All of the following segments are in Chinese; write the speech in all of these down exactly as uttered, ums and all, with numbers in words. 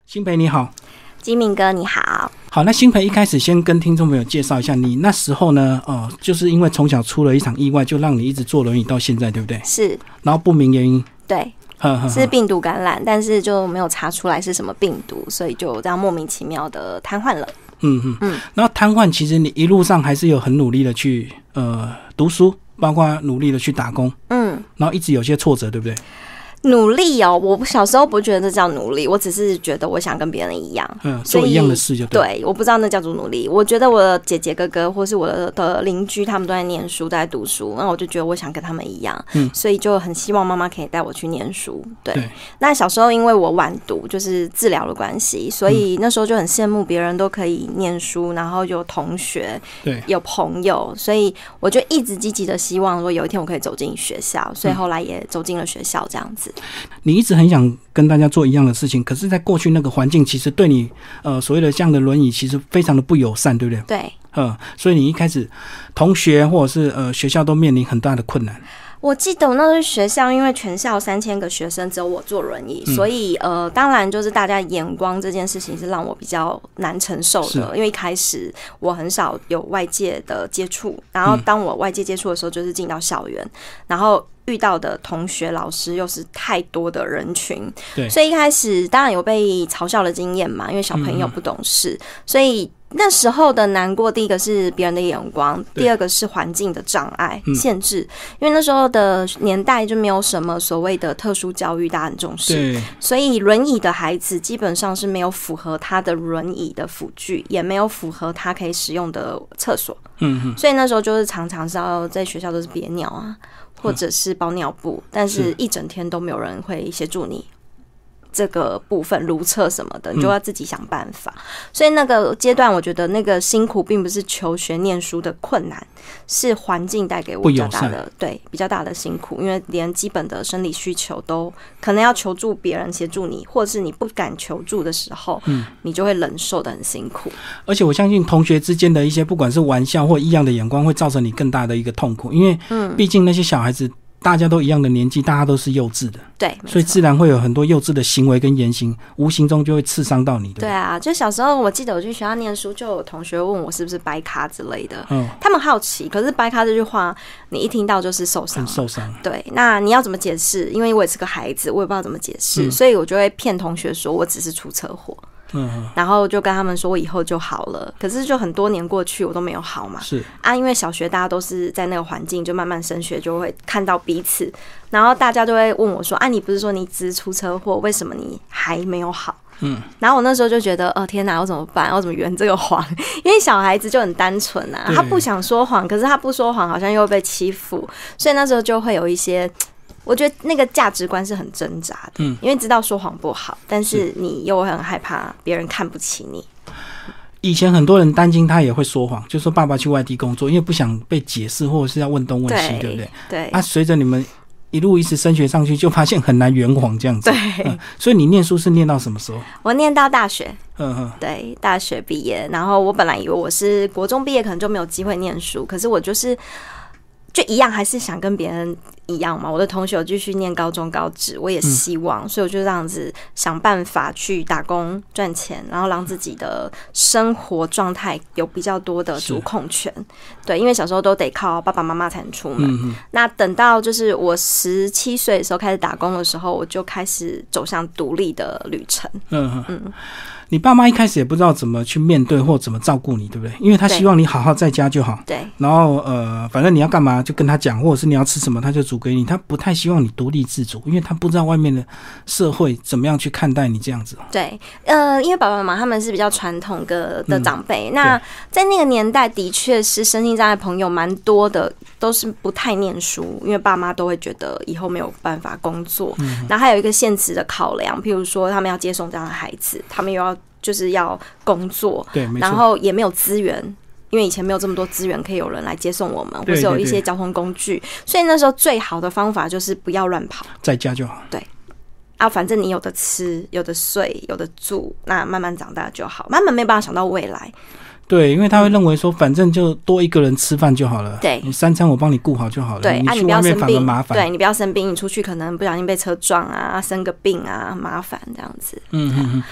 新培你好。 基明哥你好。 好，那新培一开始先跟听众朋友介绍一下，你那时候呢，哦，就是因为从小出了一场意外，就让你一直坐轮椅到现在，对不对？ 是。 然后不明原因。 对。 呵呵呵是病毒感染，但是就没有查出来是什么病毒，所以就这样莫名其妙的瘫痪了。 嗯嗯嗯。然后瘫痪，其实你一路上还是有很努力的去呃读书，包括努力的去打工。嗯。然后一直有些挫折，对不对？ 努力哦，我小时候不觉得这叫努力，我只是觉得我想跟别人一样， 嗯，做一样的事就对。 对，我不知道那叫做努力。我觉得我的姐姐哥哥或是我的的邻居，他们都在念书，都在读书，那我就觉得我想跟他们一样，嗯，所以就很希望妈妈可以带我去念书。对，对那小时候因为我晚读，就是治疗的关系，所以那时候就很羡慕别人都可以念书，然后有同学，对，有朋友，所以我就一直积极的希望说有一天我可以走进学校，所以后来也走进了学校这样子。 你一直很想跟大家做一样的事情，可是在过去那个环境其实对你呃所谓的这样的轮椅其实非常的不友善，对不对？ 对， 嗯，所以你一开始同学或者是呃学校都面临很大的困难。 我记得我那时候学校，因为全校三千个学生只有我坐轮椅，嗯、所以呃，当然就是大家眼光这件事情是让我比较难承受的。因为一开始我很少有外界的接触，然后当我外界接触的时候，就是进到校园，嗯、然后遇到的同学、老师又是太多的人群，对，所以一开始当然有被嘲笑的经验嘛，因为小朋友不懂事，嗯、所以。那时候的难过，第一个是别人的眼光，第二个是环境的障碍、嗯、限制。因为那时候的年代就没有什么所谓的特殊教育，大家很重视，所以轮椅的孩子基本上是没有符合他的轮椅的辅具，也没有符合他可以使用的厕所。嗯，所以那时候就是常常是要在学校都是憋尿啊，或者是包尿布，但是一整天都没有人会协助你。这个部分如厕什么的，你就要自己想办法。嗯、所以那个阶段，我觉得那个辛苦并不是求学念书的困难，是环境带给我比较大的对比较大的辛苦。因为连基本的生理需求都可能要求助别人协助你，或者是你不敢求助的时候，嗯、你就会忍受的很辛苦。而且我相信同学之间的一些不管是玩笑或异样的眼光，会造成你更大的一个痛苦，因为毕竟那些小孩子。大家都一样的年纪，大家都是幼稚的， 对， 所以自然会有很多幼稚的行为跟言行，无形中就会刺伤到你的。 对啊，就小时候我记得我去学校念书，就有同学问我是不是掰咖之类的，嗯，他们好奇，可是掰咖这句话你一听到就是受伤， 很受伤。 对，那你要怎么解释？因为我也是个孩子，我也不知道怎么解释，嗯、所以我就会骗同学说我只是出车祸。嗯，然后就跟他们说我以后就好了，可是就很多年过去我都没有好嘛。是啊，因为小学大家都是在那个环境，就慢慢升学就会看到彼此，然后大家就会问我说啊，你不是说你只是出车祸，为什么你还没有好？嗯，然后我那时候就觉得，哦天哪，我怎么办？我怎么圆这个谎？因为小孩子就很单纯啊，他不想说谎，可是他不说谎好像又会被欺负，所以那时候就会有一些。我觉得那个价值观是很挣扎的，嗯，因为知道说谎不好，但是你又很害怕别人看不起你。 以前很多人担心他也会说谎，就说爸爸去外地工作，因为不想被解释或者是要问东问西， 对, 对不对？对。那、啊、随着你们一路一直升学上去，就发现很难圆谎这样子。对、嗯。所以你念书是念到什么时候？ 我念到大学。嗯哼。对，大学毕业，然后我本来以为我是国中毕业，可能就没有机会念书，可是我就是。就一样，还是想跟别人一样嘛。我的同学有继续念高中、高职，我也希望，嗯、所以我就这样子想办法去打工赚钱，然后让自己的生活状态有比较多的主控权。对，因为小时候都得靠爸爸妈妈才能出门。嗯、那等到就是我十七岁的时候开始打工的时候，我就开始走向独立的旅程。嗯嗯。 你爸妈一开始也不知道怎么去面对或怎么照顾你，对不对？因为他希望你好好在家就好。对。然后呃，反正你要干嘛就跟他讲，或者是你要吃什么他就煮给你。他不太希望你独立自主，因为他不知道外面的社会怎么样去看待你这样子。 对，呃，因为爸爸妈妈他们是比较传统的的长辈，嗯、那在那个年代的确是身心障碍朋友蛮多的，都是不太念书，因为爸妈都会觉得以后没有办法工作。嗯。然后还有一个现实的考量，譬如说他们要接送这样的孩子，他们又要。就是要工作，对，然后也没有资源，因为以前没有这么多资源可以有人来接送我们，或是有一些交通工具，所以那时候最好的方法就是不要乱跑， 在家就好。 对啊，反正你有的吃，有的睡，有的住，那慢慢长大就好，慢慢没办法想到未来。 对，因为他会认为说，反正就多一个人吃饭就好了。对，你三餐我帮你顾好就好了。 对， 你去外面反而麻烦。 对，你不要生病，你出去可能不小心被车撞啊，生个病啊，麻烦这样子。嗯嗯嗯。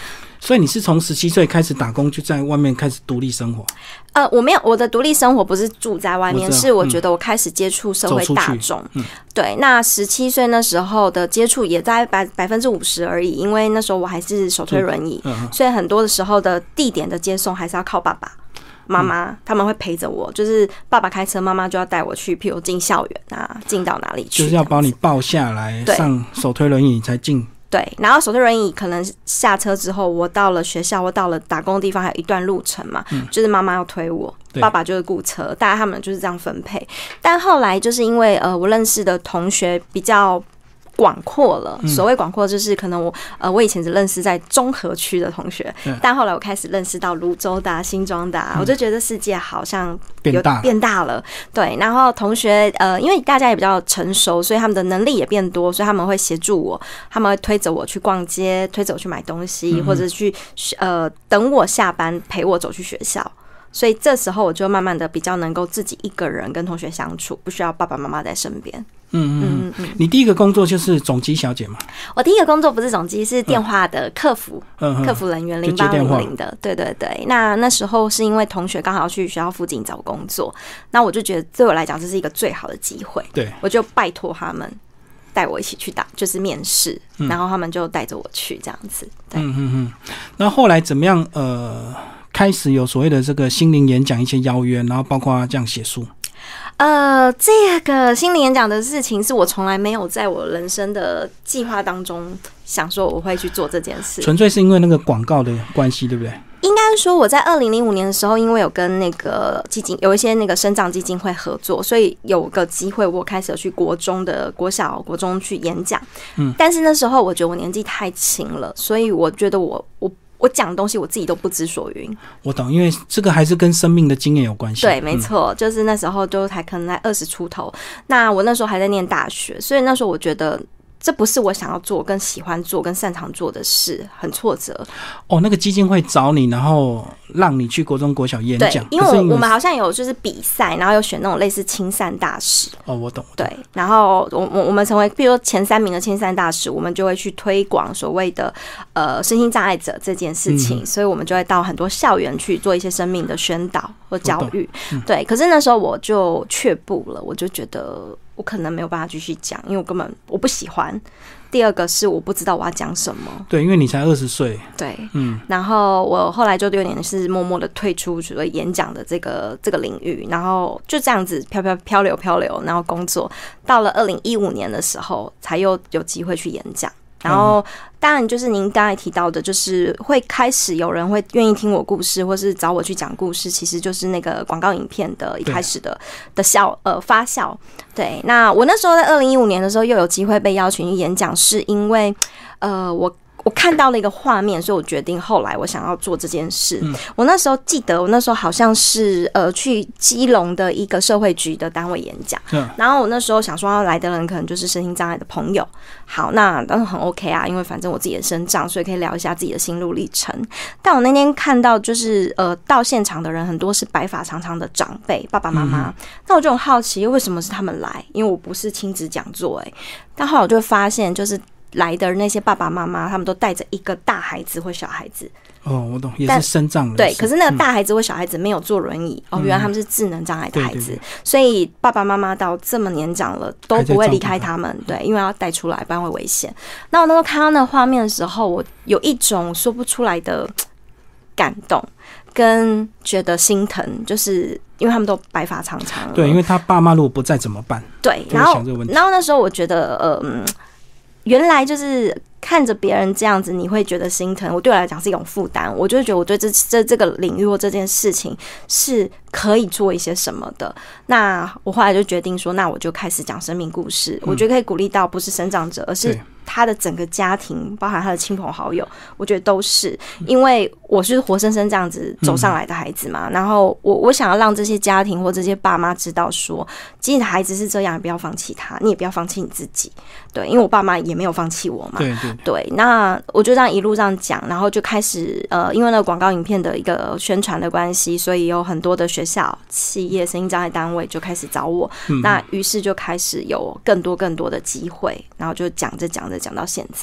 所以你是从十七岁开始打工，就在外面开始独立生活？ 呃，我没有，我的独立生活不是住在外面，我是我觉得我开始接触社会大众。嗯，对，那十七岁那时候的接触也在百百分之五十而已，因为那时候我还是手推轮椅，嗯、所以很多的时候的地点的接送还是要靠爸爸妈妈、嗯、他们会陪着我，就是爸爸开车，妈妈就要带我去，譬如进校园啊，进到哪里去， 就是要帮你抱下来，上手推轮椅才进。 对，然后手推轮椅可能下车之后，我到了学校，我到了打工的地方，还有一段路程嘛，嗯、就是妈妈要推我，爸爸就是顾车，大概他们就是这样分配。但后来就是因为呃，我认识的同学比较广阔了，所谓广阔就是可能我呃我以前只认识在中和区的同学，但后来我开始认识到蘆洲的、啊、新庄的、啊嗯，我就觉得世界好像有变大变大了。对，然后同学呃，因为大家也比较成熟，所以他们的能力也变多，所以他们会协助我，他们会推着我去逛街，推着我去买东西，嗯、或者去呃等我下班陪我走去学校。所以这时候我就慢慢的比较能够自己一个人跟同学相处，不需要爸爸妈妈在身边。 嗯嗯嗯，你第一个工作就是总机小姐吗？ 我第一个工作不是总机，是电话的客服，嗯、客服人员零八零零的。对对对，那那时候是因为同学刚好去学校附近找工作，那我就觉得对我来讲这是一个最好的机会，对，我就拜托他们带我一起去打，就是面试、嗯，然后他们就带着我去这样子。对嗯嗯嗯，那后来怎么样？呃，开始有所谓的这个心灵演讲一些邀约，然后包括这样写书。 呃，这个心灵演讲的事情是我从来没有在我人生的计划当中想说我会去做这件事， 纯粹是因为那个广告的关系，对不对？ 应该说我在二零零五年的时候，因为有跟那个基金有一些那个生长基金会合作，所以有个机会我开始去国中的国小国中去演讲。嗯，但是那时候我觉得我年纪太轻了，所以我觉得我我。我讲的东西我自己都不知所云。 我懂，因为这个还是跟生命的经验有关系。 对，没错、嗯，就是那时候就才可能在二十出头。那我那时候还在念大学，所以那时候我觉得这不是我想要做、跟喜欢做、跟擅长做的事，很挫折。 哦，那个基金会找你，然后让你去国中、国小演讲。 对，因为我们好像有就是比赛，然后有选那种类似亲善大使。 哦，我懂。 对，然后我我们成为，比如说前三名的亲善大使，我们就会去推广所谓的呃身心障碍者这件事情、嗯，所以我们就会到很多校园去做一些生命的宣导或教育。嗯、对，可是那时候我就却步了，我就觉得。我可能没有办法继续讲，因为我根本我不喜欢。第二个是我不知道我要讲什么。 对，因为你才二十岁。 对，嗯。然后我后来就有点是默默的退出所谓演讲的这个这个领域，然后就这样子飘飘漂流漂流，然后工作到了二零一五年的时候，才又有机会去演讲。然后，当然就是您刚才提到的，就是会开始有人会愿意听我故事，或是找我去讲故事，其实就是那个广告影片的一开始的的效呃发酵。对，那我那时候在二零一五年的时候又有机会被邀请去演讲，是因为呃我。我看到了一个画面，所以我决定后来我想要做这件事。嗯、我那时候记得，我那时候好像是呃去基隆的一个社会局的单位演讲、嗯，然后我那时候想说要来的人可能就是身心障碍的朋友。好，那当然很 OK 啊，因为反正我自己的身障，所以可以聊一下自己的心路历程。但我那天看到就是呃到现场的人很多是白发长长的长辈爸爸妈妈，那、嗯、我就很好奇为什么是他们来，因为我不是亲子讲座哎、欸，但后来我就发现就是。来的那些爸爸妈妈，他们都带着一个大孩子或小孩子。 哦，我懂，也是身障人士。 对，可是那个大孩子或小孩子没有坐轮椅、嗯、哦，原来他们是智能障碍的孩子、嗯对对对，所以爸爸妈妈到这么年长了都不会离开他们，对，因为要带出来，不然会危险。那我那时候看到那个画面的时候，我有一种说不出来的感动，跟觉得心疼，就是因为他们都白发长长了。 对，因为他爸妈如果不在怎么办？ 对，然后然后那时候我觉得，呃嗯。原来就是看着别人这样子，你会觉得心疼。我对我来讲是一种负担，我就觉得我对这这这个领域或这件事情是可以做一些什么的。那我后来就决定说，那我就开始讲生命故事。嗯、我觉得可以鼓励到不是生长者，而是他的整个家庭，包含他的亲朋好友，我觉得都是，因为我是活生生这样子走上来的孩子嘛。嗯、然后我我想要让这些家庭或这些爸妈知道说，即使孩子是这样，也不要放弃他，你也不要放弃你自己。对，因为我爸妈也没有放弃我嘛。 对对对。那我就这样一路上讲，然后就开始呃，因为那个广告影片的一个宣传的关系，所以有很多的学校、企业、身心障碍单位就开始找我。嗯、那于是就开始有更多更多的机会，然后就讲着讲着讲到现在。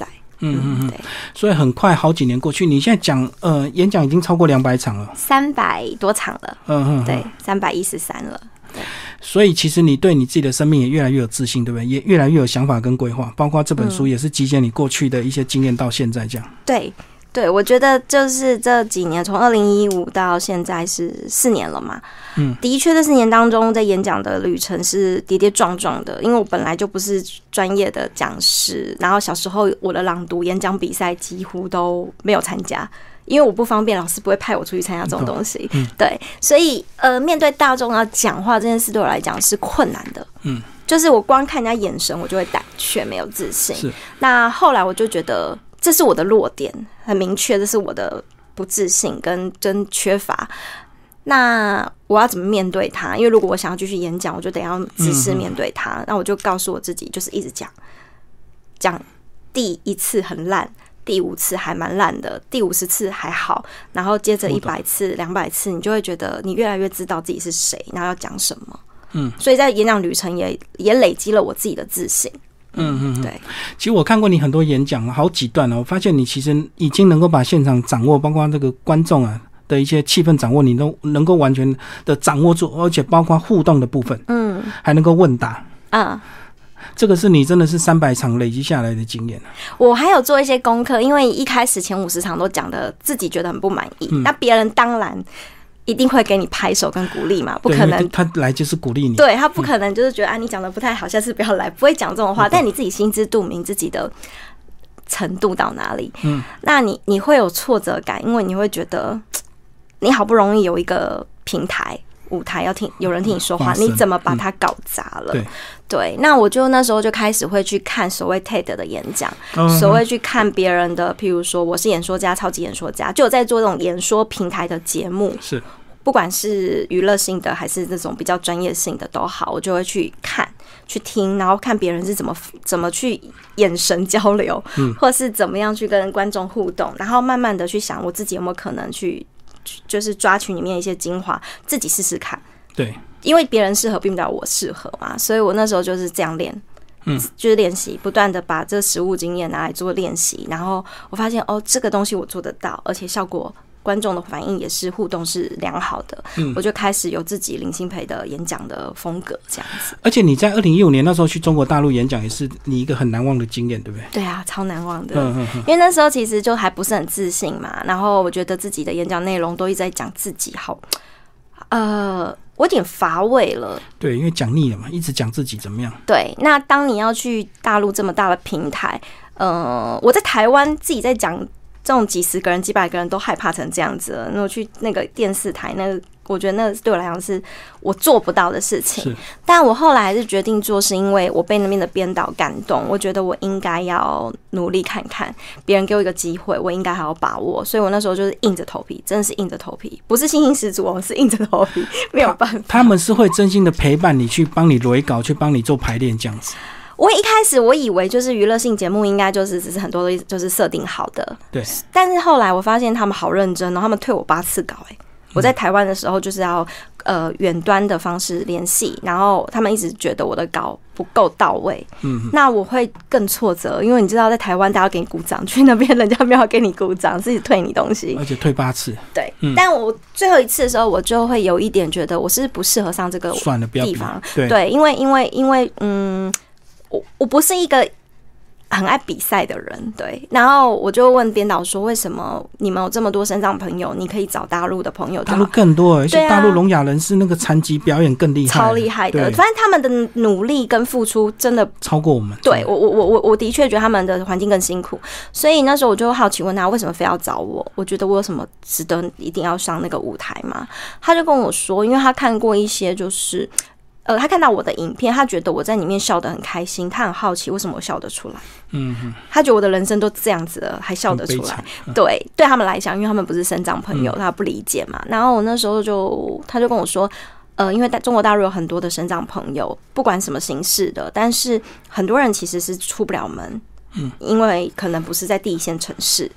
嗯嗯嗯，对。所以很快好几年过去，你现在讲呃演讲已经超过两百场了， 三百多场了。嗯嗯，对，三百一十三了。对。 所以其实你对你自己的生命也越来越有自信，对不对？也越来越有想法跟规划，包括这本书也是集结你过去的一些经验到现在这样。 嗯、对。对，我觉得就是这几年，从二零一五到现在是四年了嘛。嗯，的确，这四年当中，在演讲的旅程是跌跌撞撞的，因为我本来就不是专业的讲师，然后小时候我的朗读演讲比赛几乎都没有参加，因为我不方便，老师不会派我出去参加这种东西。嗯，对，所以呃，面对大众要讲话这件事，对我来讲是困难的。嗯，就是我光看人家眼神，我就会胆怯，没有自信。是，那后来我就觉得。这是我的弱点，很明确，这是我的不自信跟真缺乏。那我要怎么面对它？因为如果我想要继续演讲，我就得要自视面对它。那、嗯、我就告诉我自己，就是一直讲，讲第一次很烂，第五次还蛮烂的，第五十次还好，然后接着一百次、两百次，你就会觉得你越来越知道自己是谁，然后要讲什么。嗯，所以在演讲旅程也也累积了我自己的自信。嗯嗯，对。 其实我看过你很多演讲，好几段了，我发现你其实已经能够把现场掌握，包括这个观众啊的一些气氛掌握，你都能够完全的掌握住，而且包括互动的部分，嗯，还能够问答，啊。这个是你真的是三百场累积下来的经验。 我还有做一些功课，因为一开始前五十场都讲的自己觉得很不满意，嗯、那别人当然。一定会给你拍手跟鼓励嘛，不可能他来就是鼓励你， 对他不可能就是觉得、嗯、啊你讲的不太好，下次不要来，不会讲这种话。但你自己心知肚明自己的程度到哪里，嗯，那你你会有挫折感，因为你会觉得你好不容易有一个平台舞台要听有人听你说话，你怎么把它搞砸了？嗯、对, 对，那我就那时候就开始会去看所谓 TED 的演讲，嗯、所谓去看别人的，譬如说我是演说家、超级演说家，就有在做这种演说平台的节目，是不管是娱乐性的还是这种比较专业性的都好，我就会去看、去听，然后看别人是怎么怎么去眼神交流，嗯、或是怎么样去跟观众互动，然后慢慢的去想我自己有没有可能去。就是抓取里面一些精华，自己试试看。对，因为别人适合，并不代表我适合嘛，所以我那时候就是这样练，嗯，就是练习，不断的把这实务经验拿来做练习，然后我发现哦，这个东西我做得到，而且效果。观众的反应也是互动是良好的，嗯，我就开始有自己林心培的演讲的风格这样子。而且你在二零一五年那时候去中国大陆演讲，也是你一个很难忘的经验，对不对？ 对啊，超难忘的。嗯嗯嗯。因为那时候其实就还不是很自信嘛，然后我觉得自己的演讲内容都一直在讲自己，好，呃，我有点乏味了。 对，因为讲腻了嘛，一直讲自己怎么样。 对，那当你要去大陆这么大的平台，呃，我在台湾自己在讲。这种几十个人、几百个人都害怕成这样子了，那我去那个电视台，那个我觉得那对我来讲是我做不到的事情。但我后来还是决定做，是因为我被那边的编导感动，我觉得我应该要努力看看，别人给我一个机会，我应该好好把握。所以我那时候就是硬着头皮，真的是硬着头皮，不是信心十足，我是硬着头皮，没有办法。 他, 他们是会真心的陪伴你，去帮你蕊稿，去帮你做排练这样子。 我一开始我以为就是娱乐性节目应该就是只是很多都就是设定好的，对。但是后来我发现他们好认真，然后他们退我八次稿、欸，哎，我在台湾的时候就是要呃远端的方式联系，然后他们一直觉得我的稿不够到位，嗯，那我会更挫折，因为你知道在台湾大家要给你鼓掌，去那边人家没有给你鼓掌，自己退你东西， 而且退八次， 对。嗯、但我最后一次的时候，我就会有一点觉得我是不适合上这个地方，算了，不要比，对，对，因为因为因为嗯。我, 我不是一个很爱比赛的人，对，然后我就问编导说，为什么你们有这么多身障朋友，你可以找大陆的朋友？ 大陆更多，而且大陆聋哑人士那个残疾表演更厉害， 超厉害的。反正他们的努力跟付出真的超过我们。 对，我我我我的确觉得他们的环境更辛苦，所以那时候我就好奇问他，为什么非要找我？我觉得我有什么值得一定要上那个舞台吗？他就跟我说，因为他看过一些就是。呃，他看到我的影片，他觉得我在里面笑得很开心，他很好奇为什么我笑得出来。嗯哼，他觉得我的人生都这样子了，还笑得出来。嗯、对，对他们来讲，因为他们不是身障朋友，嗯、他不理解嘛。然后我那时候就，他就跟我说，呃，因为中国大陆有很多的身障朋友，不管什么形式的，但是很多人其实是出不了门，嗯，因为可能不是在第一线城市。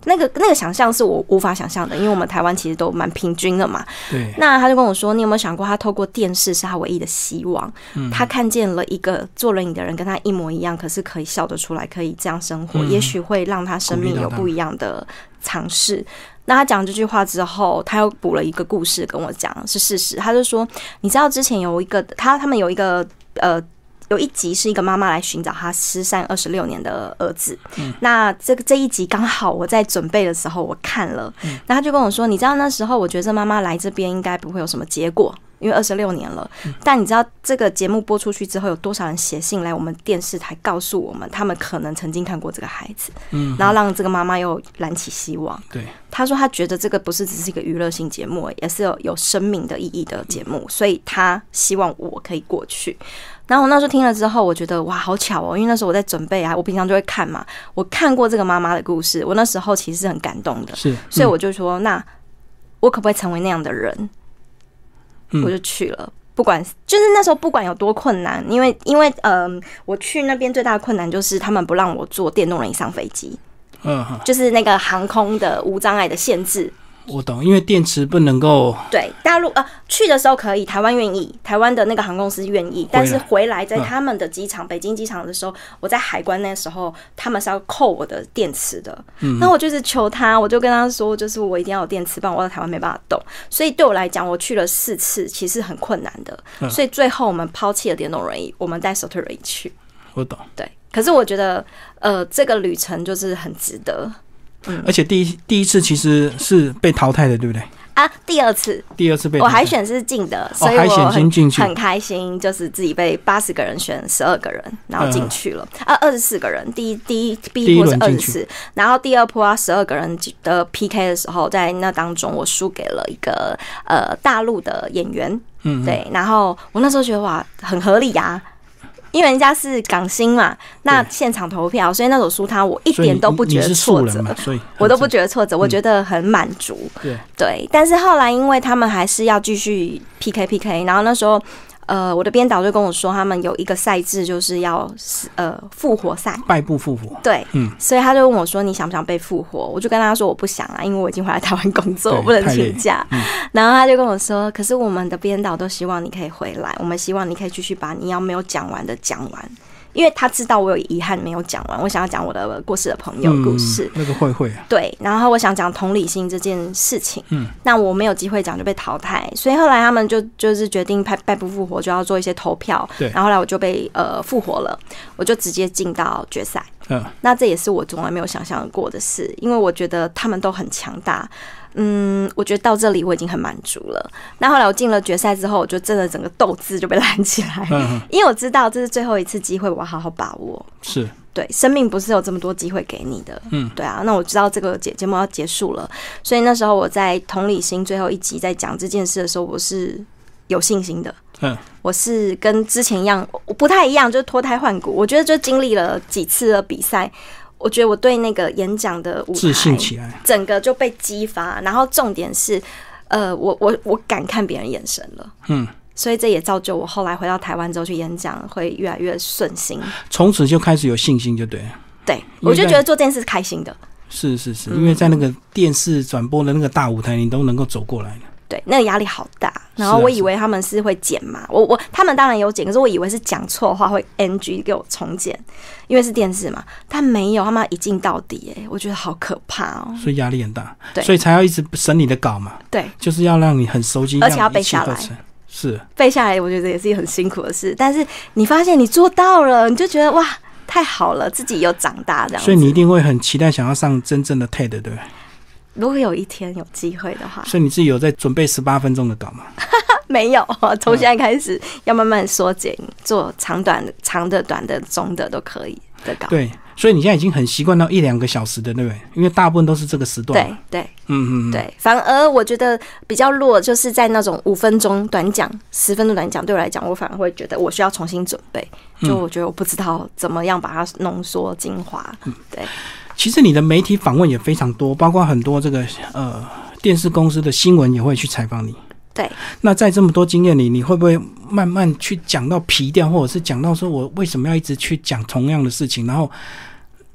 那个那个想象是我无法想象的，因为我们台湾其实都蛮平均的嘛。 对。 那他就跟我说，你有没有想过，他透过电视是他唯一的希望？嗯、他看见了一个坐轮椅的人跟他一模一样，可是可以笑得出来，可以这样生活，嗯、也许会让他生命有不一样的尝试。那他讲这句话之后，他又补了一个故事跟我讲，是事实。他就说，你知道之前有一个他他们有一个呃。有一集是一个妈妈来寻找她失散二十六年的儿子，嗯、那这个这一集刚好我在准备的时候我看了，嗯、那他就跟我说，你知道那时候我觉得这妈妈来这边应该不会有什么结果，因为二十六年了，嗯、但你知道这个节目播出去之后，有多少人写信来我们电视台告诉我们，他们可能曾经看过这个孩子，嗯、然后让这个妈妈又燃起希望。对，他说他觉得这个不是只是一个娱乐性节目，也是有有生命的意义的节目，所以他希望我可以过去。然后我那时候听了之后，我觉得哇，好巧哦！因为那时候我在准备啊，我平常就会看嘛，我看过这个妈妈的故事，我那时候其实是很感动的，是，嗯、所以我就说，那我可不可以成为那样的人？嗯、我就去了，不管就是那时候不管有多困难，因为因为呃，我去那边最大的困难就是他们不让我坐电动轮椅上飞机，嗯，就是那个航空的无障碍的限制。 我懂，因为电池不能够对大陆呃去的时候可以，台湾愿意，台湾的那个航空公司愿意，但是回来在他们的机场，嗯、北京机场的时候，我在海关那时候，他们是要扣我的电池的。嗯，那我就是求他，我就跟他说，就是我一定要有电池，不然我在台湾没办法动。所以对我来讲，我去了四次，其实很困难的。嗯、所以最后我们抛弃了电动轮椅，我们带手推轮椅去。 我懂， 对。可是我觉得，呃，这个旅程就是很值得。 嗯、而且第一第一次其实是被淘汰的，对不对？ 啊，第二次， 第二次被淘汰， 我海选是进的，所以我很、哦、很开心，就是自己被八十个人选十二个人，然后进去了。嗯、啊，二十四个人，第一第一第一波是二十四，然后第二波啊十二个人的 P K 的时候，在那当中我输给了一个呃大陆的演员，嗯，对，然后我那时候觉得哇，很合理啊。因为人家是港星嘛，那现场投票，所以那首输他，我一点都不觉得挫折， 所以我都不觉得挫折，嗯、我觉得很满足。对对，但是后来因为他们还是要继续 P K P K， 然后那时候。呃，我的编导就跟我说，他们有一个赛制，就是要呃复活赛， 败部复活。 对，嗯，所以他就问我说：“你想不想被复活？”我就跟他说：“我不想啊，因为我已经回来台湾工作，我不能请假。嗯”然后他就跟我说：“可是我们的编导都希望你可以回来，我们希望你可以继续把你要没有讲完的讲完。”因为他知道我有遗憾没有讲完，我想要讲我的过世的朋友故事。 嗯、那个慧慧、啊、 对，然后我想讲同理心这件事情。嗯，那我没有机会讲就被淘汰，所以后来他们就就是决定败不复活，就要做一些投票。对，然后后来我就被呃复活了，我就直接进到决赛。嗯，那这也是我从来没有想象过的事，因为我觉得他们都很强大。嗯，我觉得到这里我已经很满足了。那后来我进了决赛之后，我就真的整个斗志就被燃起来，嗯、因为我知道这是最后一次机会，我要好好把握。是，对，生命不是有这么多机会给你的。嗯，对啊。那我知道这个节节目要结束了，所以那时候我在同理心最后一集在讲这件事的时候，我是有信心的。嗯，我是跟之前一样，不太一样，就是脱胎换骨。我觉得就经历了几次的比赛。我觉得我对那个演讲的舞台自信起来， 整个就被激发。然后重点是，呃，我我我敢看别人眼神了，嗯，所以这也造就我后来回到台湾之后去演讲会越来越顺心， 从此就开始有信心，就对了。 对，我就觉得做这件事是开心的。 是是是，因为在那个电视转播的那个大舞台，你都能够走过来的。 对，那个压力好大。然后我以为他们是会剪嘛，我我他们当然有剪，可是我以为是讲错话会 N G 给我重剪，因为是电视嘛，但没有，他们一镜到底，哎，我觉得好可怕哦， 所以压力很大，对，所以才要一直审你的稿嘛，对，就是要让你很熟悉， 而且要背下来， 是背下来，我觉得也是一个很辛苦的事，但是你发现你做到了，你就觉得哇，太好了，自己有长大这样子， 所以你一定会很期待想要上真正的 T E D， 对不对？ 如果有一天有机会的话， 所以你自己有在准备十八分钟的稿吗？ 没有，从现在开始要慢慢缩减，做长短的、长的、短的、中的都可以的稿。对， 所以你现在已经很习惯到一两个小时的，对不对？因为大部分都是这个时段。 对对，嗯嗯对。反而我觉得比较弱，就是在那种五分钟短讲、十分钟短讲，对我来讲，我反而会觉得我需要重新准备。就我觉得我不知道怎么样把它浓缩精华。嗯，对。 其实你的媒体访问也非常多，包括很多这个呃电视公司的新闻也会去采访你。 对。 那在这么多经验里，你会不会慢慢去讲到疲掉，或者是讲到说我为什么要一直去讲同样的事情，然后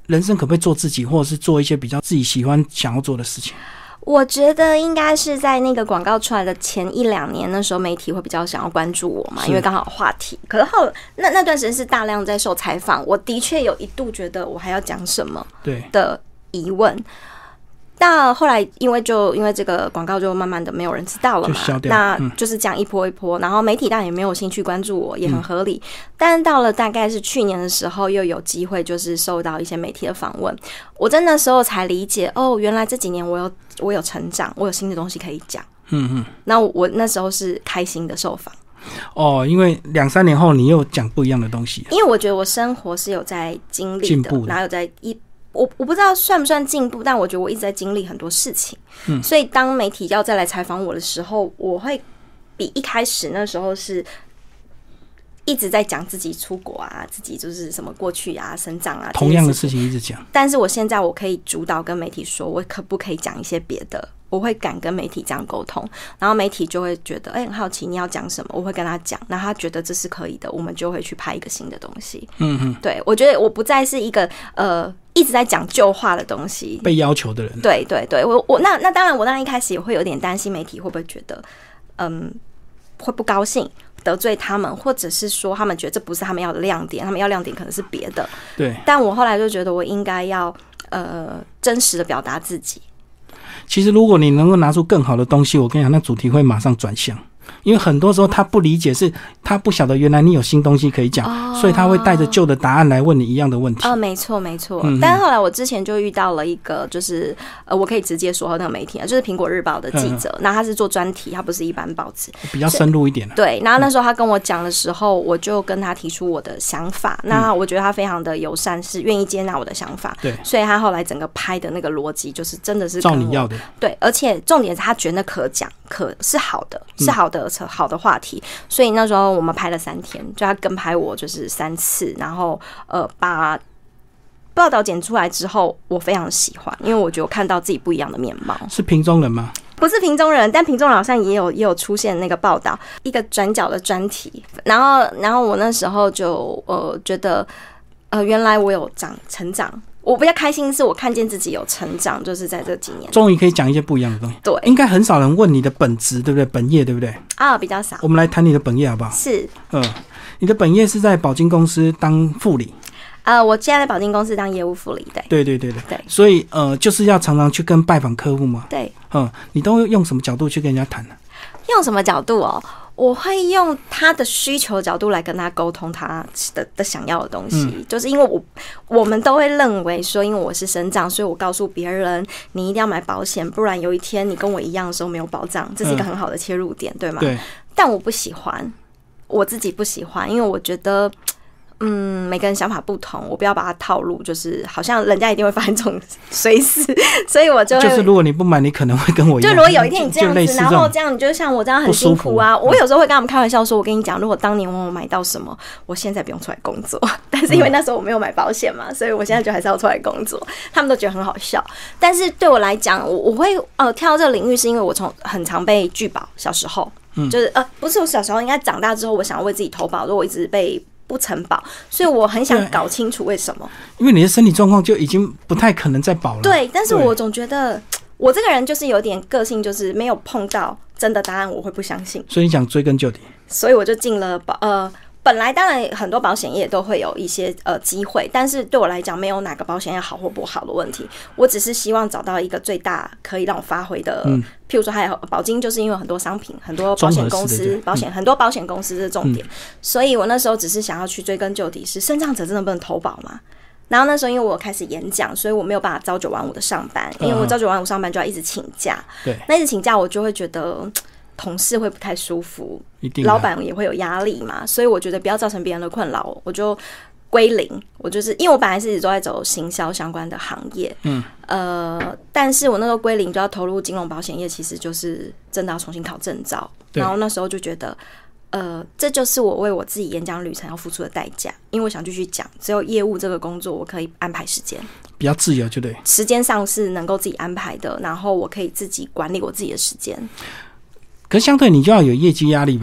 人生可不可以做自己，或者是做一些比较自己喜欢想要做的事情？ 我觉得应该是在那个广告出来的前一两年，那时候媒体会比较想要关注我嘛，因为刚好有话题。可是后那那段时间是大量在受采访，我的确有一度觉得我还要讲什么的疑问。但后来因为就因为这个广告就慢慢的没有人知道了嘛，就那就是这样一波一波，然后媒体当然也没有兴趣关注我，也很合理。嗯、但是到了大概是去年的时候，又有机会就是受到一些媒体的访问，我在那时候才理解，哦，原来这几年我有我有成长，我有新的东西可以讲。嗯嗯，那我那时候是开心的受访。 哦，因为两三年后你又讲不一样的东西， 因为我觉得我生活是有在经历的，然后有在一。我我不知道算不算进步，但我觉得我一直在经历很多事情，嗯，所以当媒体要再来采访我的时候，我会比一开始那时候是一直在讲自己出国啊，自己就是什么过去啊、成长啊， 同样的事情一直讲。 但是我现在我可以主导跟媒体说，我可不可以讲一些别的？我会敢跟媒体这样沟通，然后媒体就会觉得，哎、欸，很好奇你要讲什么，我会跟他讲，那他觉得这是可以的，我们就会去拍一个新的东西。嗯哼，对，我觉得我不再是一个呃一直在讲旧话的东西， 被要求的人。 对对对，我我那那当然，我当然一开始也会有点担心媒体会不会觉得，嗯，会不高兴。得罪他们，或者是说他们觉得这不是他们要的亮点，他们要亮点可能是别的。 对， 但我后来就觉得我应该要呃真实的表达自己。 其实如果你能够拿出更好的东西，我跟你讲，那主题会马上转向。因为很多时候他不理解，是他不晓得原来你有新东西可以讲、哦，所以他会带着旧的答案来问你一样的问题。 哦，没错没错、嗯。但是后来我之前就遇到了一个，就是呃，我可以直接说那个媒体啊，就是苹果日报的记者，那、嗯、他是做专题，他不是一般报纸， 比较深入一点、啊。 对，然后那时候他跟我讲的时候，我就跟他提出我的想法，嗯、那我觉得他非常的友善，是愿意接纳我的想法。 对， 所以他后来整个拍的那个逻辑，就是真的是照你要的。 对，而且重点是他觉得可讲，可是好的，是好的，嗯、好的话题。所以那时候我们拍了三天，就他跟拍我就是三次，然后呃把报道剪出来之后，我非常喜欢，因为我觉得我看到自己不一样的面貌。 是屏中人吗？ 不是屏中人，但屏中人好像也有也有出现那个报道，一个转角的专题。然后然后我那时候就呃觉得呃原来我有长成长。我比较开心的是，我看见自己有成长，就是在这几年， 终于可以讲一些不一样的东西。 对， 应该很少人问你的本职，对不对？本业，对不对？ 啊，比较少。 我们来谈你的本业好不好？ 是， 嗯，你的本业是在保金公司当副理。 呃，我现在在保金公司当业务副理，对， 对对对对对。所以呃，就是要常常去跟拜访客户嘛。 对， 嗯，你都用什么角度去跟人家谈呢？ 用什么角度哦？我会用他的需求角度来跟他沟通他 的, 的想要的东西、嗯、就是因为我我们都会认为说，因为我是身障，所以我告诉别人你一定要买保险，不然有一天你跟我一样的时候没有保障，这是一个很好的切入点、嗯、对吗？对。但我不喜欢，我自己不喜欢，因为我觉得嗯，每个人想法不同，我不要把它套路，就是好像人家一定会发生这种随时，所以我就会就是如果你不买，你可能会跟我一样。 就如果有一天你这样子，然后这样你就像我这样很辛苦啊。我有时候会跟他们开玩笑说，我跟你讲，如果当年我买到什么，我现在不用出来工作。但是因为那时候我没有买保险嘛，所以我现在就还是要出来工作。他们都觉得很好笑，但是对我来讲，我我会呃跳到这个领域，是因为我从很常被拒保，小时候、嗯、就是呃不是我小时候，应该长大之后，我想要为自己投保，所以我一直被。不承保，所以我很想搞清楚为什么。 因为你的身体状况就已经不太可能再保了。 对，但是我总觉得我这个人就是有点个性，就是没有碰到真的答案，我会不相信。 所以你想追根究底， 所以我就进了保呃。本来当然很多保险业都会有一些呃机会，但是对我来讲没有哪个保险业好或不好的问题，我只是希望找到一个最大可以让我发挥的，嗯、譬如说还有保金，就是因为很多商品、很多保险公司、保险、嗯、很多保险公司的重点、嗯，所以我那时候只是想要去追根究底，是身障者真的不能投保吗？然后那时候因为我开始演讲，所以我没有办法朝九晚五的上班，因为我朝九晚五上班就要一直请假，对，那一直请假我就会觉得。同事会不太舒服，老板也会有压力嘛，所以我觉得不要造成别人的困扰，我就归零。我就是因为我本来是一直都在走行销相关的行业，嗯，呃，但是我那时候归零就要投入金融保险业，其实就是真的要重新考证照，然后那时候就觉得，呃，这就是我为我自己演讲旅程要付出的代价，因为我想继续讲，只有业务这个工作我可以安排时间，比较自由，就对， 时间上是能够自己安排的，然后我可以自己管理我自己的时间。 可是相对你就要有业绩压力吧？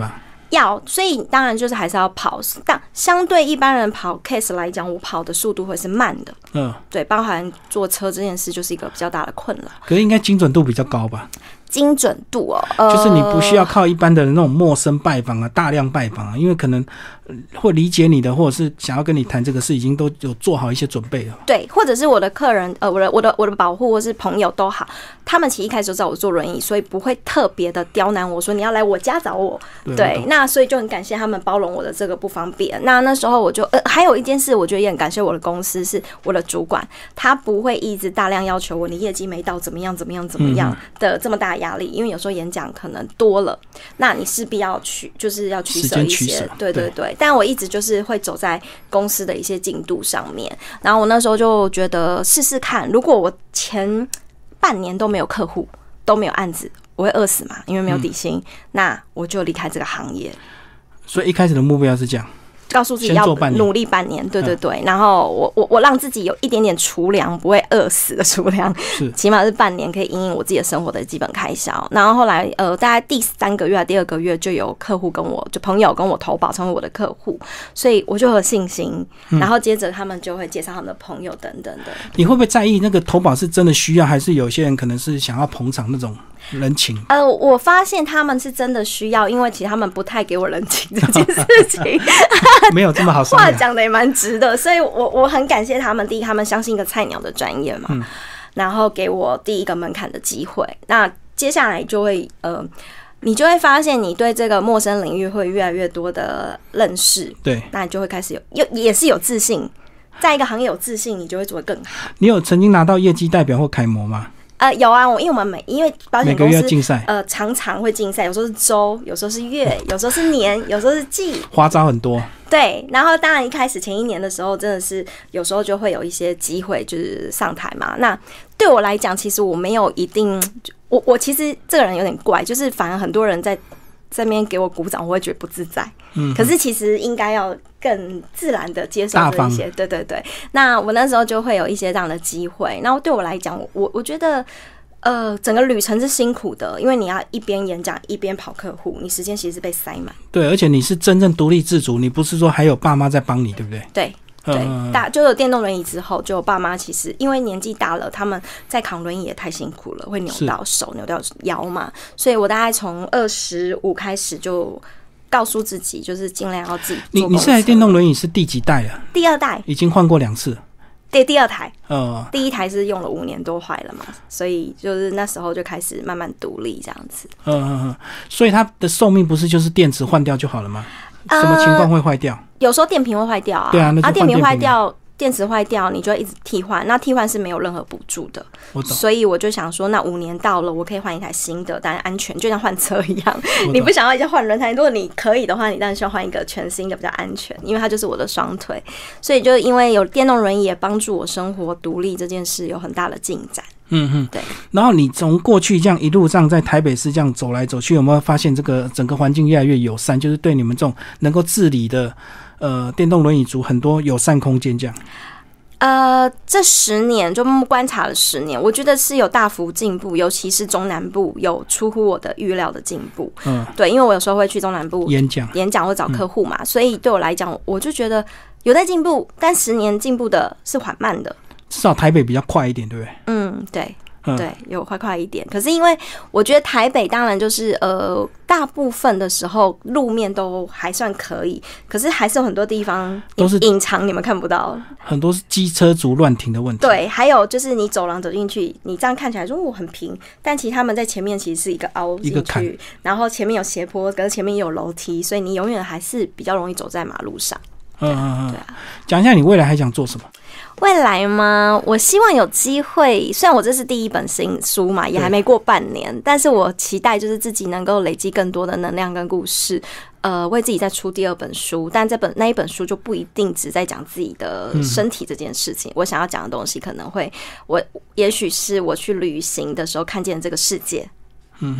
要，所以当然就是还是要跑，但相对一般人跑 case 来讲，我跑的速度会是慢的。嗯，对，包含坐车这件事就是一个比较大的困扰。 可是应该精准度比较高吧？ 精准度哦，呃、 就是你不需要靠一般的那种陌生拜访啊、大量拜访啊，因为可能会理解你的，或者是想要跟你谈这个事，已经都有做好一些准备了。 对，或者是我的客人，呃，我的我的我的保护或是朋友都好，他们其实一开始就知道我坐轮椅，所以不会特别的刁难我说你要来我家找我。对，对，那所以就很感谢他们包容我的这个不方便。那那时候我就呃，还有一件事，我觉得也很感谢我的公司，是我的主管，他不会一直大量要求我，你业绩没到怎么样怎么样怎么样的这么大压力，因为有时候演讲可能多了，那你势必要取，就是要取舍一些，对对对。但我一直就是会走在公司的一些进度上面，然后我那时候就觉得试试看，如果我前半年都没有客户，都没有案子，我会饿死嘛，因为没有底薪，嗯、那我就离开这个行业。 所以一开始的目标是这样。 告诉自己要努力半年，对对对，然后我我我让自己有一点点储粮，不会饿死的储粮，起码是半年可以因应我自己的生活的基本开销。然后后来呃，大概第三个月、第二个月就有客户跟我就朋友跟我投保成为我的客户，所以我就有信心。然后接着他们就会介绍他们的朋友等等的。 你会不会在意那个投保是真的需要，还是有些人可能是想要捧场那种人情？ 呃，我发现他们是真的需要，因为其实他们不太给我人情这件事情。 没有这么好商量，话讲的也蛮直的，所以我我很感谢他们。第一，他们相信一个菜鸟的专业嘛，嗯、然后给我第一个门槛的机会。那接下来就会呃，你就会发现你对这个陌生领域会越来越多的认识， 对， 那你就会开始有有也是有自信，在一个行业有自信，你就会做得更好。 你有曾经拿到业绩代表或楷模吗？ 呃，有啊，我因为我们每因为保险公司竞赛， 呃，常常会竞赛，有时候是周，有时候是月，有时候是年，有时候是季， 花招很多。 对，然后当然一开始前一年的时候，真的是有时候就会有一些机会，就是上台嘛。那对我来讲，其实我没有一定，我我其实这个人有点怪，就是反而很多人在这边给我鼓掌，我会觉得不自在。嗯，可是其实应该要更自然的接受这一些，对对对。那我那时候就会有一些这样的机会。那对我来讲，我我觉得。呃，整个旅程是辛苦的，因为你要一边演讲一边跑客户，你时间其实是被塞满。 对，而且你是真正独立自主，你不是说还有爸妈在帮你，对不对？ 对对，大就有电动轮椅之后，就有爸妈其实因为年纪大了，他们在扛轮椅也太辛苦了，会扭到手、扭到腰嘛。所以我大概从二十五开始就告诉自己，就是尽量要自己做。 你你现在电动轮椅是第几代了？ 第二代， 已经换过两次。 对，第二台， 呃， 第一台是用了五年多坏了嘛，所以就是那时候就开始慢慢独立这样子。 嗯嗯嗯，所以它的寿命不是就是电池换掉就好了吗？什么情况会坏掉？ 呃、有时候电瓶会坏掉啊。 对啊，那就换电瓶啊。啊，电瓶坏掉。 电池坏掉，你就一直替换，那替换是没有任何补助的。我懂。所以我就想说，那五年到了，我可以换一台新的，当然安全，就像换车一样。你不想要一下换轮胎，如果你可以的话，你当然需要换一个全新的，比较安全，因为它就是我的双腿。所以就因为有电动轮椅，也帮助我生活独立这件事有很大的进展。 嗯哼， 对。 然后你从过去这样一路上在台北市这样走来走去，有没有发现这个整个环境越来越友善？就是对你们这种能够自理的呃电动轮椅族，很多友善空间这样。 呃，这十年就观察了十年，我觉得是有大幅进步，尤其是中南部有出乎我的预料的进步。嗯，对，因为我有时候会去中南部演讲， 演讲或找客户嘛、嗯，所以对我来讲，我就觉得有在进步，但十年进步的是缓慢的。 至少台北比较快一点，对不对？ 嗯，对。对，有快快一点。可是因为我觉得台北当然就是呃，大部分的时候路面都还算可以，可是还是有很多地方都是隐藏你们看不到， 很多是机车族乱停的问题。 对，还有就是你走廊走进去，你这样看起来说我很平，但其实他们在前面其实是一个凹进去，一个坎，然后前面有斜坡，可是前面也有楼梯，所以你永远还是比较容易走在马路上。 嗯嗯嗯，对啊。讲一下你未来还想做什么？ 未来吗？我希望有机会，虽然我这是第一本新书嘛，也还没过半年，但是我期待就是自己能够累积更多的能量跟故事，呃，为自己再出第二本书。但这本那一本书就不一定只在讲自己的身体这件事情，嗯、我想要讲的东西可能会，我也许是我去旅行的时候看见这个世界。嗯哼。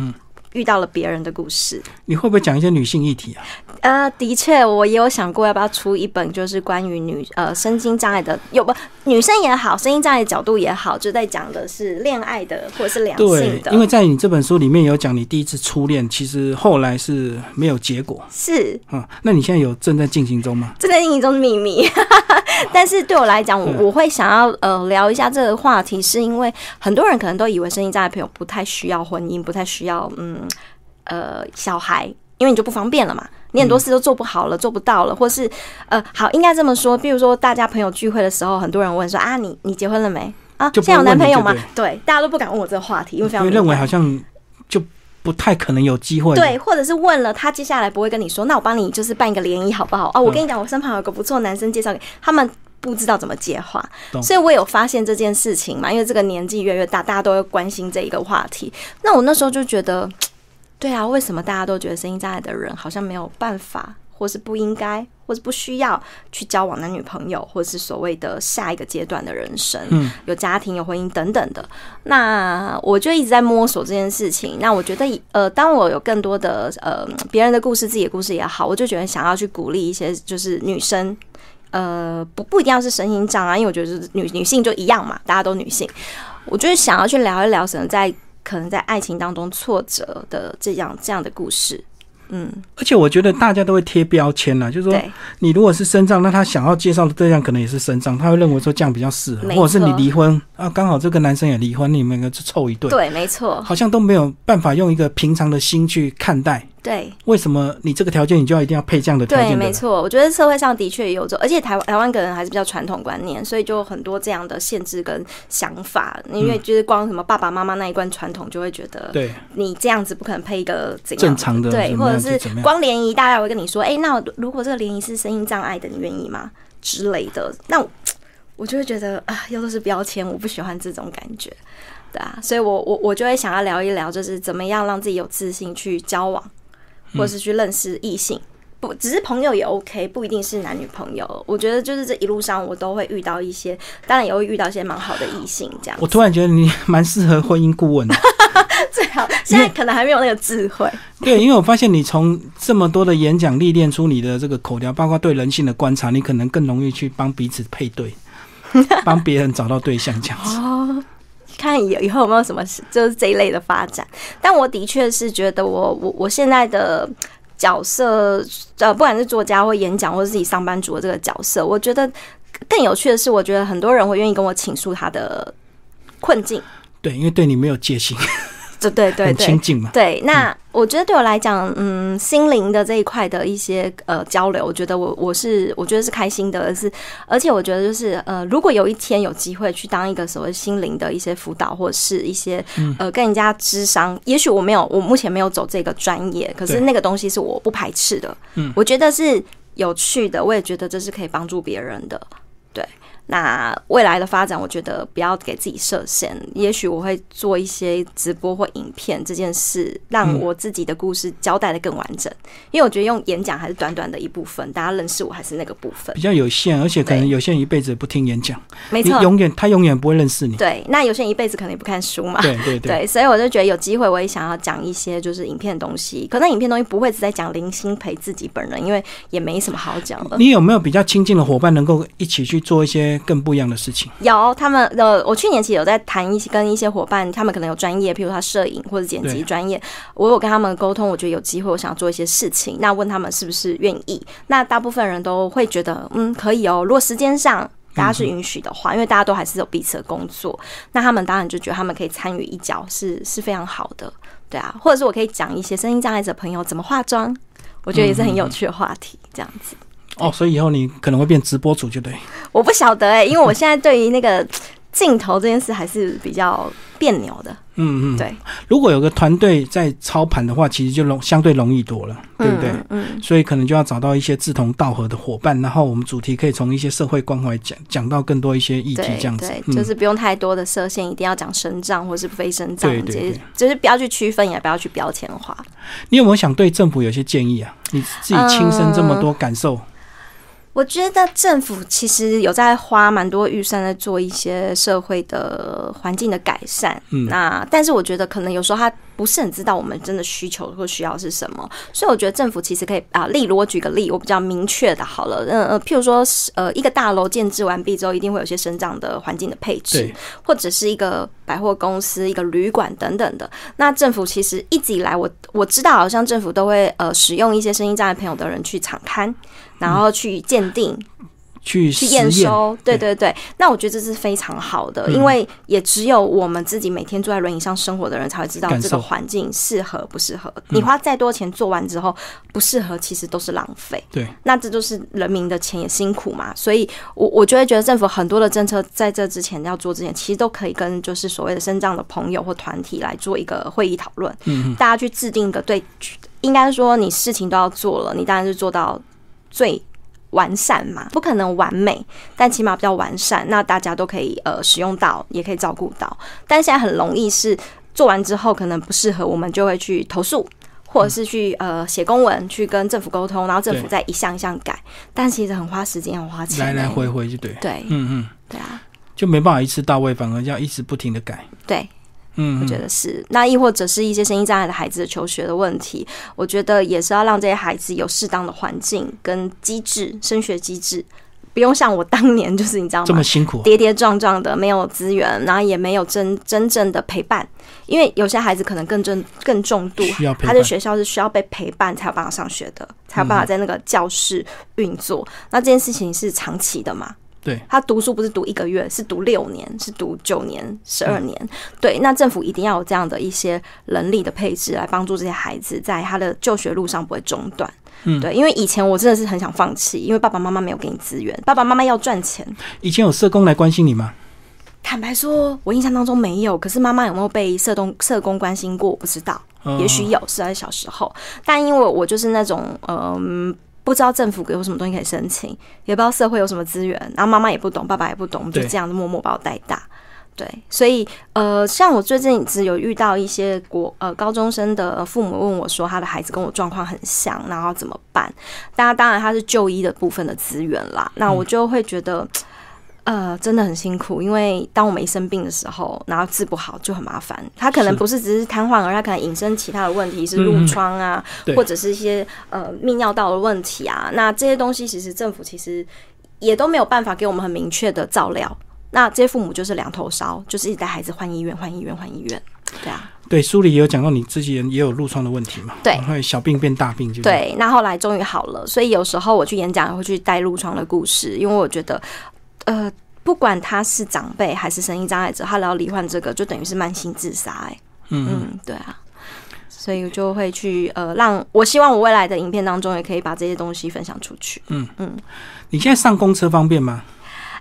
遇到了别人的故事。 你会不会讲一些女性议题啊？ 呃，的确，我也有想过要不要出一本，就是关于女呃身心障碍的，有不女生也好，身心障碍的角度也好，就在讲的是恋爱的或者是两性的。 对，因为在你这本书里面有讲你第一次初恋，其实后来是没有结果。 是， 嗯，那你现在有正在进行中吗？ 正在进行中是秘密，但是对我来讲，我我会想要呃聊一下这个话题，是因为很多人可能都以为身心障碍朋友不太需要婚姻，不太需要嗯呃小孩，因为你就不方便了嘛。你很多事都做不好了，做不到了，或是呃，好，应该这么说。比如说，大家朋友聚会的时候，很多人问说啊，你你结婚了没？啊，现在有男朋友吗？对，大家都不敢问我这个话题，因为非常因为认为好像就不太可能有机会。 对，或者是问了，他接下来不会跟你说，那我帮你就是办一个联谊好不好？哦，我跟你讲，我身旁有个不错的男生介绍给他们。不知道怎么接话，所以我有发现这件事情嘛，因为这个年纪越来越大，大家都会关心这一个话题。那我那时候就觉得，对啊，为什么大家都觉得身心障碍的人好像没有办法，或是不应该，或是不需要去交往男女朋友，或是所谓的下一个阶段的人生，嗯，有家庭、有婚姻等等的。那我就一直在摸索这件事情。那我觉得，呃，当我有更多的呃别人的故事、自己的故事也好，我就觉得想要去鼓励一些就是女生。呃，不不一定要是身心障碍，因为我觉得女女性就一样嘛，大家都女性。我就是想要去聊一聊，可能在可能在爱情当中挫折的这样这样的故事。嗯， 而且我觉得大家都会贴标签啦，就是说你如果是身障，那他想要介绍的对象可能也是身障，他会认为说这样比较适合，或者是你离婚啊，刚好这个男生也离婚，你们就凑一对。 对，没错， 好像都没有办法用一个平常的心去看待。 对， 为什么你这个条件你就要一定要配这样的条件的人？ 对，没错，我觉得社会上的确有这，而且台湾台湾个人还是比较传统观念，所以就很多这样的限制跟想法。因为就是光什么爸爸妈妈那一贯传统，就会觉得，对，你这样子不可能配一个怎样正常的， 对，或者是光联谊，大家会跟你说，哎、欸，那如果这个联谊是身心障碍的，你愿意吗？之类的，那我我就会觉得啊，又都是标签，我不喜欢这种感觉。对啊，所以我我我就会想要聊一聊，就是怎么样让自己有自信去交往。或是去认识异性，不只是朋友也 OK， 不一定是男女朋友。我觉得就是这一路上我都会遇到一些，当然也会遇到一些蛮好的异性这样。 我突然觉得你蛮适合婚姻顾问的， 最好现在可能还没有那个智慧。 对，因为我发现你从这么多的演讲历练出你的这个口条，包括对人性的观察，你可能更容易去帮彼此配对，帮别人找到对象这样子。 哦，看以后有没有什么就是这一类的发展，但我的确是觉得我我我现在的角色，呃，不管是作家或演讲，或是自己上班族的这个角色，我觉得更有趣的是，我觉得很多人会愿意跟我倾诉他的困境。 对，因为对你没有戒心。 对对对， 很亲近嘛。 对，那我觉得对我来讲，嗯，心灵的这一块的一些呃交流，我觉得我我是我觉得是开心的，是而且我觉得就是呃，如果有一天有机会去当一个所谓心灵的一些辅导，或者是一些呃跟人家諮商，也许我没有，我目前没有走这个专业，可是那个东西是我不排斥的，嗯，我觉得是有趣的，我也觉得这是可以帮助别人的，对。那未来的发展，我觉得不要给自己设限。也许我会做一些直播或影片这件事，让我自己的故事交代的更完整。因为我觉得用演讲还是短短的一部分，大家认识我还是那个部分， 比较有限，而且可能有些人一辈子不听演讲， 没错， 永远他永远不会认识你。 对，那有些人一辈子可能也不看书嘛。 对对 对, 对，所以我就觉得有机会，我也想要讲一些就是影片的东西。可能影片东西不会只在讲林欣培自己本人，因为也没什么好讲的。 你有没有比较亲近的伙伴，能够一起去做一些更不一样的事情？ 有，他们呃，我去年其实有在谈一些跟一些伙伴，他们可能有专业，譬如他摄影或者剪辑专业，我有跟他们沟通，我觉得有机会，我想做一些事情，那问他们是不是愿意？那大部分人都会觉得，嗯，可以哦。如果时间上大家是允许的话，因为大家都还是有彼此的工作，那他们当然就觉得他们可以参与一脚是是非常好的，对啊。或者是我可以讲一些身心障碍者朋友怎么化妆，我觉得也是很有趣的话题，这样子。 哦，所以以后你可能会变直播主，就对。 我不晓得哎、欸，因为我现在对于那个镜头这件事还是比较别扭的。嗯嗯，对。 如果有个团队在操盘的话，其实就容相对容易多了，对不对？嗯。嗯，所以可能就要找到一些志同道合的伙伴，然后我们主题可以从一些社会关怀讲讲到更多一些议题，这样子。 对，对，就是不用太多的设限，一定要讲身障或是非身障，对对对，就是不要去区分，也不要去标签化。你有没有想对政府有些建议啊？你自己亲身这么多感受。 呃我觉得政府其实有在花蛮多预算在做一些社会的环境的改善，嗯，那但是我觉得可能有时候他不是很知道我们真的需求或需要是什么，所以我觉得政府其实可以啊，例如我举个例，我比较明确的好了，呃呃，譬如说呃一个大楼建制完毕之后，一定会有些生长的环境的配置，或者是一个百货公司、一个旅馆等等的。那政府其实一直以来我，我我知道好像政府都会呃使用一些声音障碍朋友的人去场勘。然后去鉴定、嗯、 去去验收，对对对。那我觉得这是非常好的，嗯、因为也只有我们自己每天坐在轮椅上生活的人才会知道这个环境适合不适合。你花再多钱做完之后不适合，其实都是浪费。 对， 那这就是人民的钱也辛苦嘛。所以我我就会觉得政府很多的政策在这之前要做之前，其实都可以跟就是所谓的身障的朋友或团体来做一个会议讨论，嗯，大家去制定一个对，应该说你事情都要做了，你当然是做到最完善嘛，不可能完美，但起码比较完善，那大家都可以呃使用到，也可以照顾到。但现在很容易是做完之后可能不适合，我们就会去投诉，或者是去呃写公文去跟政府沟通，然后政府再一项一项改，但其实很花时间，很花钱， 来来回回就对， 对， 嗯嗯， 对啊， 就没办法一次到位，反而要一直不停的改， 对。嗯，我觉得是。那亦或者是一些声音障碍的孩子的求学的问题，我觉得也是要让这些孩子有适当的环境跟机制，升学机制，不用像我当年就是你知道吗？ 这么辛苦、啊， 跌跌撞撞的，没有资源，然后也没有真真正的陪伴。因为有些孩子可能更重更重度，他的学校是需要被陪伴才有办法上学的，才有办法在那个教室运作。嗯、那这件事情是长期的嘛？ 对， 他读书不是读一个月，是读六年，是读九年、十二年。对，那政府一定要有这样的一些人力的配置，来帮助这些孩子在他的就学路上不会中断。嗯，对，因为以前我真的是很想放弃，因为爸爸妈妈没有给你资源，爸爸妈妈要赚钱。 以前有社工来关心你吗？ 坦白说，我印象当中没有。可是妈妈有没有被社工社工关心过，我不知道。也许有，是在小时候。但因为我就是那种嗯。不知道政府有什么东西可以申请，也不知道社会有什么资源，然后妈妈也不懂，爸爸也不懂，我们就这样默默把我带大。对，所以呃，像我最近只有遇到一些国呃高中生的父母问我说，他的孩子跟我状况很像，然后怎么办？大家当然他是就医的部分的资源啦，那我就会觉得。呃，真的很辛苦，因为当我们一生病的时候，然后治不好就很麻烦。他可能不是只是瘫痪，而他可能引申其他的问题，是褥疮啊，嗯、或者是一些呃泌尿道的问题啊。那这些东西其实政府其实也都没有办法给我们很明确的照料。那这些父母就是两头烧，就是一直带孩子换医院、换医院、换医院。对啊， 对，书里也有讲到你自己也有褥疮的问题嘛， 对， 会小病变大病就， 对。那后来终于好了，所以有时候我去演讲会去带褥疮的故事，因为我觉得。呃，不管他是长辈还是声音障碍者，他来到罹患这个，就等于是慢性自杀、欸。哎，嗯嗯，对啊，所以我就会去呃，让我希望我未来的影片当中也可以把这些东西分享出去。嗯嗯， 你现在上公车方便吗？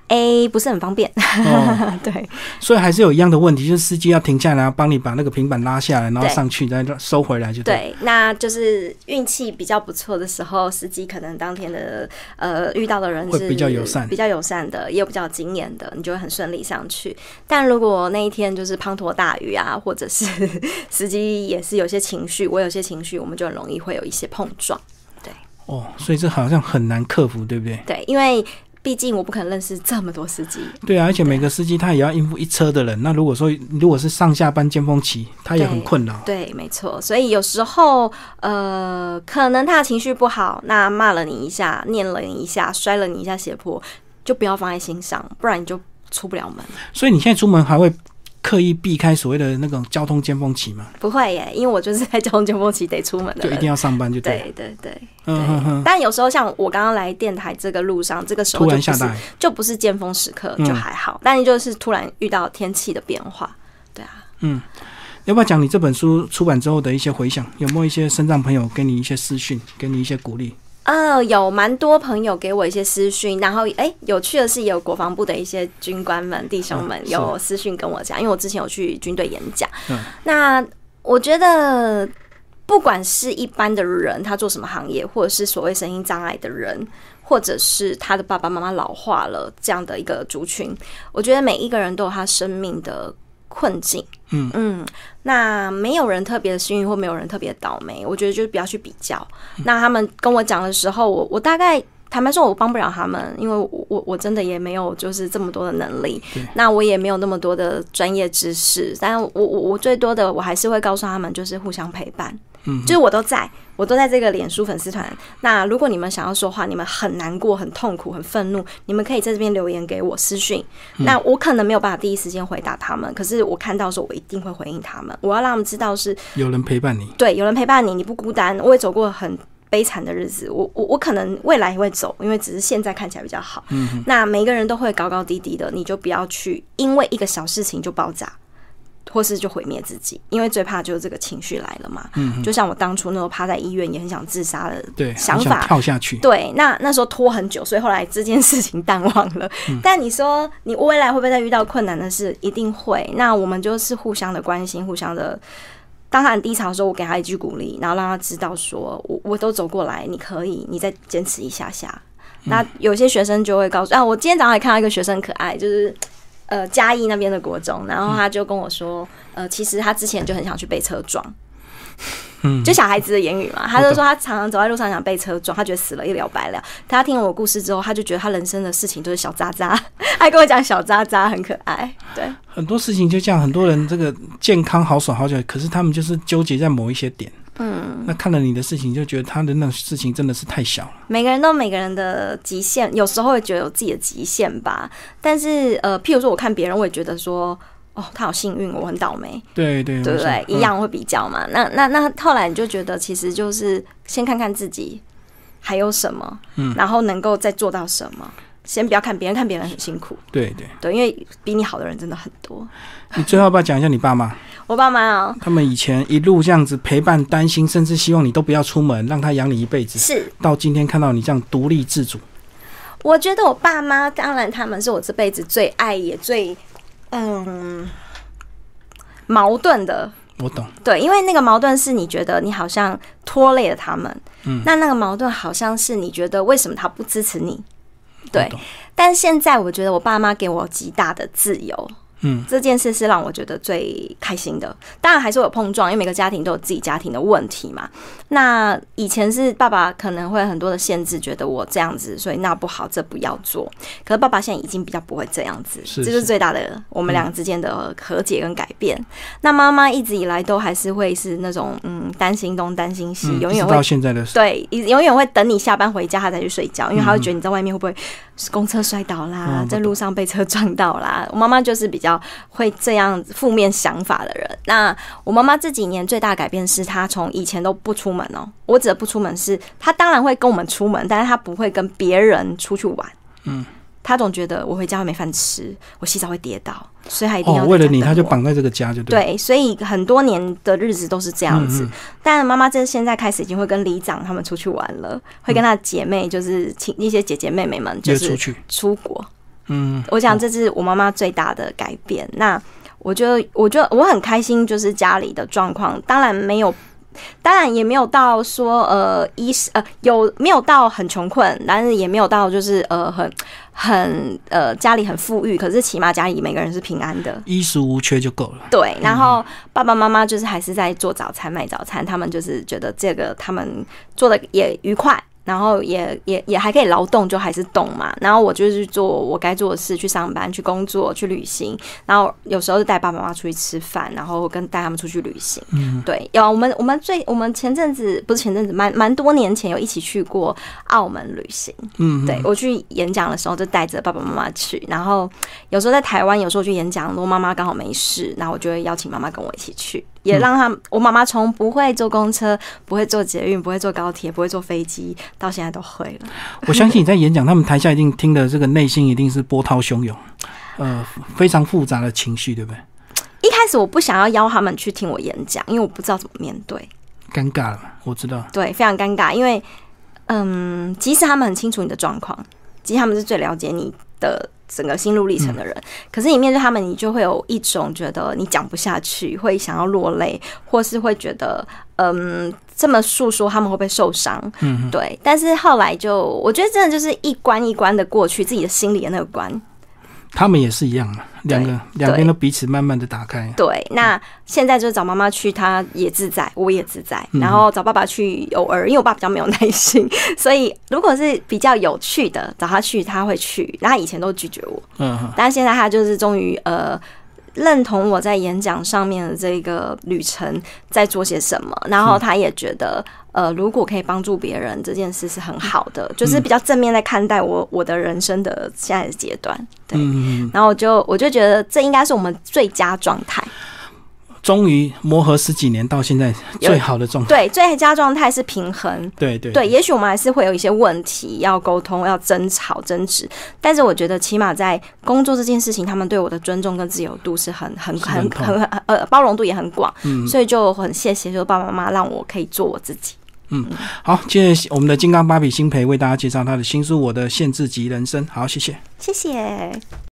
A 不是很方便，哦、对， 所以还是有一样的问题，就是司机要停下来，帮你把那个平板拉下来，然后上去再收回来就对。 对，那就是运气比较不错的时候，司机可能当天的呃遇到的人是会比较友善， 比较友善的，也有比较有经验的，你就会很顺利上去。但如果那一天就是滂沱大雨啊，或者是司机也是有些情绪，我有些情绪，我们就很容易会有一些碰撞。对， 哦，所以这好像很难克服，对不对？ 对，因为。毕竟我不可能认识这么多司机， 对啊，而且每个司机他也要应付一车的人。那如果说如果是上下班尖峰期，他也很困扰。 对，对，没错。所以有时候呃，可能他的情绪不好，那骂了你一下，念了你一下，摔了你一下斜坡，就不要放在心上，不然你就出不了门。所以你现在出门还会刻意避开所谓的那种交通尖峰期吗？ 不会耶，因为我就是在交通尖峰期得出门的人， 就一定要上班就对。 对对对，嗯哼哼。但有时候像我刚刚来电台这个路上，这个时候就不是突然下大雨，就不是尖峰时刻，就还好。嗯、但就是突然遇到天气的变化，对啊。嗯， 要不要讲你这本书出版之后的一些回响？有没有一些身障朋友给你一些私讯，给你一些鼓励？ 呃，有蛮多朋友给我一些私讯，然后哎、欸，有趣的是，也有国防部的一些军官们、弟兄们有私讯跟我讲，因为我之前有去军队演讲。嗯，那我觉得，不管是一般的人，他做什么行业，或者是所谓声音障碍的人，或者是他的爸爸妈妈老化了这样的一个族群，我觉得每一个人都有他生命的困境。嗯嗯，那没有人特别的幸运，或没有人特别的倒霉，我觉得就是不要去比较。嗯、那他们跟我讲的时候，我我大概坦白说，我帮不了他们，因为我我我真的也没有就是这么多的能力，那我也没有那么多的专业知识，但我我我最多的我还是会告诉他们，就是互相陪伴，嗯，就是我都在，我都在这个脸书粉丝团。那如果你们想要说话，你们很难过、很痛苦、很愤怒，你们可以在这边留言给我私讯，嗯，那我可能没有办法第一时间回答他们，可是我看到的时候，我一定会回应他们。我要让他们知道是有人陪伴你， 对，有人陪伴你，你不孤单。我也走过很悲惨的日子，我我我可能未来也会走，因为只是现在看起来比较好。嗯，那每一个人都会高高低低的，你就不要去因为一个小事情就爆炸，或是就毁灭自己，因为最怕就是这个情绪来了嘛。嗯，就像我当初那时候趴在医院也很想自杀的想法， 对，跳下去。 对，那那时候拖很久，所以后来这件事情淡忘了。嗯，但你说你未来会不会再遇到困难的事？一定会。那我们就是互相的关心，互相的。当他很低潮的时候，我给他一句鼓励，然后让他知道说我我都走过来，你可以，你再坚持一下下。嗯，那有些学生就会告诉啊，我今天早上也看到一个学生很可爱，就是呃嘉义那边的国中，然后他就跟我说，呃，其实他之前就很想去被车撞。嗯，就小孩子的言语嘛，他就说他常常走在路上想被车撞，他觉得死了一了百了。他听了我故事之后，他就觉得他人生的事情都是小渣渣，还跟我讲小渣渣很可爱。对， 很多事情就这样，很多人这个健康好手好脚，可是他们就是纠结在某一些点。嗯，那看了你的事情，就觉得他的那种事情真的是太小了。 每个人都有每个人的极限，有时候会觉得有自己的极限吧。但是呃，譬如说我看别人，我也觉得说。哦，他好幸运，我很倒霉， 对对对不对？一样会比较嘛。嗯、那那那后来你就觉得，其实就是先看看自己还有什么，嗯，然后能够再做到什么。先不要看别人，看别人很辛苦， 对对对，因为比你好的人真的很多。 你最后要不要讲一下你爸妈？ 我爸妈啊、哦， 他们以前一路这样子陪伴、担心，甚至希望你都不要出门，让他养你一辈子。 是到今天看到你这样独立自主， 我觉得我爸妈，当然他们是我这辈子最爱也最。嗯，矛盾的， 我懂。 对，因为那个矛盾是你觉得你好像拖累了他们，嗯，那那个矛盾好像是你觉得为什么他不支持你？对，但现在我觉得我爸妈给我极大的自由。嗯，这件事是让我觉得最开心的。当然还是有碰撞，因为每个家庭都有自己家庭的问题嘛。那以前是爸爸可能会很多的限制，觉得我这样子，所以那不好，这不要做。可是爸爸现在已经比较不会这样子， 是是这就是最大的我们两个之间的和解跟改变。嗯、那妈妈一直以来都还是会是那种嗯担心东担心西，嗯、永远会到现在的对，永远会等你下班回家他才去睡觉，因为他会觉得你在外面会不会公车摔倒啦，嗯、在路上被车撞到啦。我妈妈就是比较会这样负面想法的人。那我妈妈这几年最大的改变是，她从以前都不出门哦。我指的不出门是，她当然会跟我们出门，但是她不会跟别人出去玩。嗯，她总觉得我回家会没饭吃，我洗澡会跌倒，所以她一定要、 哦、为了你，她就绑在这个家就对。 对，所以很多年的日子都是这样子。嗯嗯但妈妈这现在开始已经会跟里长他们出去玩了，会跟她的姐妹，就是请一些姐姐妹妹们，就是出国。嗯，我想这是我妈妈最大的改变。那我觉得，我觉得我很开心，就是家里的状况，当然没有，当然也没有到说呃衣呃有没有到很穷困，但是也没有到就是呃很很呃家里很富裕，可是起码家里每个人是平安的， 衣食无缺就够了。 对，然后爸爸妈妈就是还是在做早餐卖早餐，他们就是觉得这个他们做的也愉快。然后也也也还可以劳动，就还是动嘛。然后我就是做我该做的事，去上班、去工作、去旅行。然后有时候就带爸爸妈妈出去吃饭，然后跟带他们出去旅行。嗯，对。有我们我们最我们前阵子不是前阵子，蛮蛮多年前有一起去过澳门旅行。嗯，对我去演讲的时候就带着爸爸妈妈去。然后有时候在台湾，有时候去演讲，如果妈妈刚好没事，然后我就会邀请妈妈跟我一起去。也让他，我妈妈从不会坐公车、不会坐捷运、不会坐高铁、不会坐飞机，到现在都会了。 我相信你在演讲，他们台下一定听的这个内心一定是波涛汹涌，呃，非常复杂的情绪，对不对？ 一开始我不想要邀他们去听我演讲，因为我不知道怎么面对， 尴尬了，我知道， 对，非常尴尬，因为嗯，即使他们很清楚你的状况，其实他们是最了解你的整个心路历程的人，嗯、可是你面对他们，你就会有一种觉得你讲不下去，会想要落泪，或是会觉得，嗯，这么诉说他们会不会受伤？嗯，对。但是后来就，我觉得真的就是一关一关的过去，自己的心里的那个关。 他们也是一样嘛，两个两边都彼此慢慢的打开。 对，那现在就是找妈妈去，她也自在，我也自在。然后找爸爸去，偶尔，因为我爸比较没有耐心，所以如果是比较有趣的，找他去，他会去。然后他以前都拒绝我，嗯，但现在他就是终于呃。认同我在演讲上面的这个旅程在做些什么，然后他也觉得呃，如果可以帮助别人这件事是很好的，就是比较正面在看待我我的人生的现在的阶段，对，然后我就我就觉得这应该是我们最佳状态。 终于磨合十几年到现在最好的状态， 对，最佳状态是平衡。 对对对, 对，也许我们还是会有一些问题要沟通、要争吵、争执，但是我觉得起码在工作这件事情，他们对我的尊重跟自由度是很很很很呃包容度也很广，嗯，所以就很谢谢，就是爸爸妈妈让我可以做我自己。 嗯，好，接着我们的金刚芭比辛培为大家介绍他的新书《我的限制级人生》。好，谢谢， 谢谢。